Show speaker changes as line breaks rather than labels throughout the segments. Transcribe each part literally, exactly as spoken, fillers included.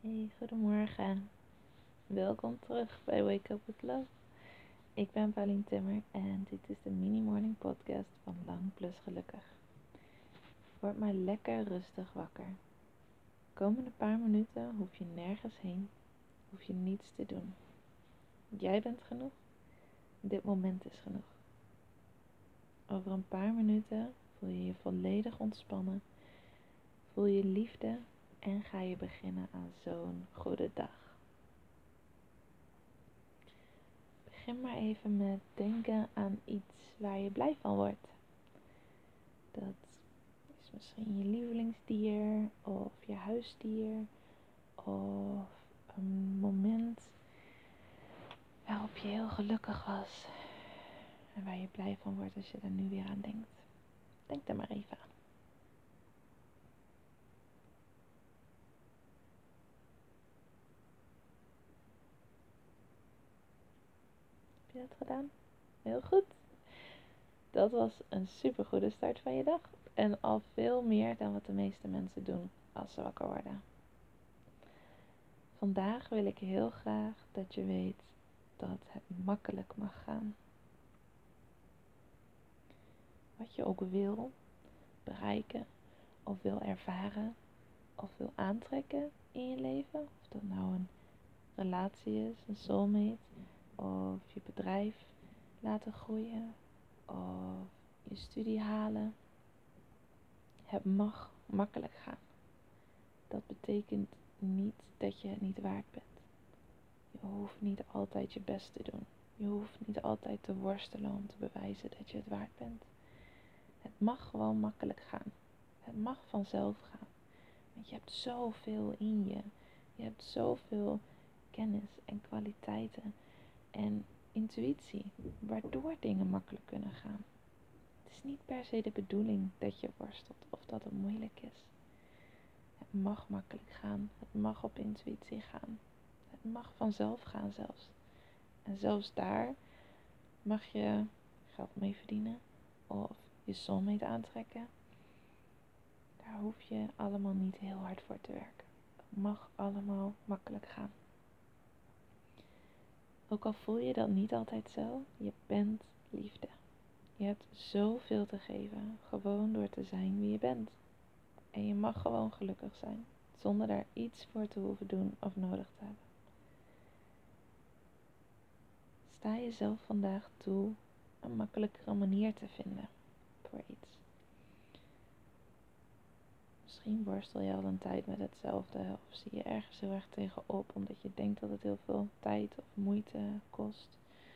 Hey, goedemorgen. Welkom terug bij Wake Up With Love. Ik ben Paulien Timmer en dit is de Mini Morning Podcast van Lang Plus Gelukkig. Word maar lekker rustig wakker. De komende paar minuten hoef je nergens heen, hoef je niets te doen. Jij bent genoeg, dit moment is genoeg. Over een paar minuten voel je je volledig ontspannen, voel je liefde en ga je beginnen aan zo'n goede dag. Begin maar even met denken aan iets waar je blij van wordt. Dat is misschien je lievelingsdier of je huisdier of een moment waarop je heel gelukkig was en waar je blij van wordt als je daar nu weer aan denkt. Denk er maar even aan. Heb je dat gedaan? Heel goed. Dat was een super goede start van je dag. En al veel meer dan wat de meeste mensen doen als ze wakker worden. Vandaag wil ik heel graag dat je weet dat het makkelijk mag gaan. Wat je ook wil bereiken of wil ervaren of wil aantrekken in je leven. Of dat nou een relatie is, een soulmate, of je bedrijf laten groeien of je studie halen. Het mag makkelijk gaan. Dat betekent niet dat je het niet waard bent. Je hoeft niet altijd je best te doen. Je hoeft niet altijd te worstelen om te bewijzen dat je het waard bent. Het mag gewoon makkelijk gaan. Het mag vanzelf gaan. Want je hebt zoveel in je. Je hebt zoveel kennis en kwaliteiten en intuïtie, waardoor dingen makkelijk kunnen gaan. Het is niet per se de bedoeling dat je worstelt of dat het moeilijk is. Het mag makkelijk gaan. Het mag op intuïtie gaan. Het mag vanzelf gaan zelfs. En zelfs daar mag je geld mee verdienen of je soulmate aantrekken. Daar hoef je allemaal niet heel hard voor te werken. Het mag allemaal makkelijk gaan. Ook al voel je dat niet altijd zo, je bent liefde. Je hebt zoveel te geven, gewoon door te zijn wie je bent. En je mag gewoon gelukkig zijn, zonder daar iets voor te hoeven doen of nodig te hebben. Sta jezelf vandaag toe een makkelijkere manier te vinden voor iets. Misschien worstel je al een tijd met hetzelfde of zie je ergens heel erg tegenop omdat je denkt dat het heel veel tijd of moeite kost.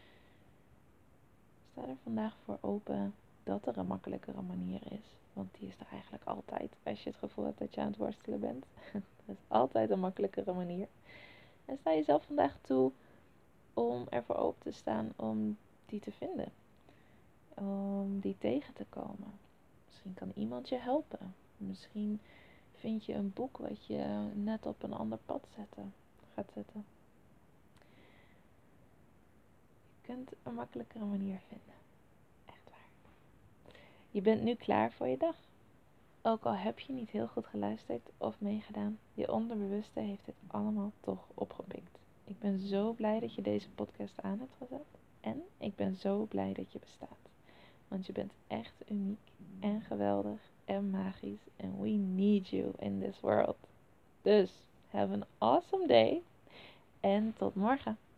Sta er vandaag voor open dat er een makkelijkere manier is. Want die is er eigenlijk altijd als je het gevoel hebt dat je aan het worstelen bent. Er is altijd een makkelijkere manier. En sta jezelf vandaag toe om ervoor open te staan om die te vinden. Om die tegen te komen. Misschien kan iemand je helpen. Misschien vind je een boek wat je net op een ander pad zetten, gaat zetten. Je kunt een makkelijkere manier vinden. Echt waar. Je bent nu klaar voor je dag. Ook al heb je niet heel goed geluisterd of meegedaan, je onderbewuste heeft dit allemaal toch opgepikt. Ik ben zo blij dat je deze podcast aan hebt gezet. En ik ben zo blij dat je bestaat. Want je bent echt uniek en geweldig en magisch. And we need you in this world. Dus, have an awesome day. En tot morgen.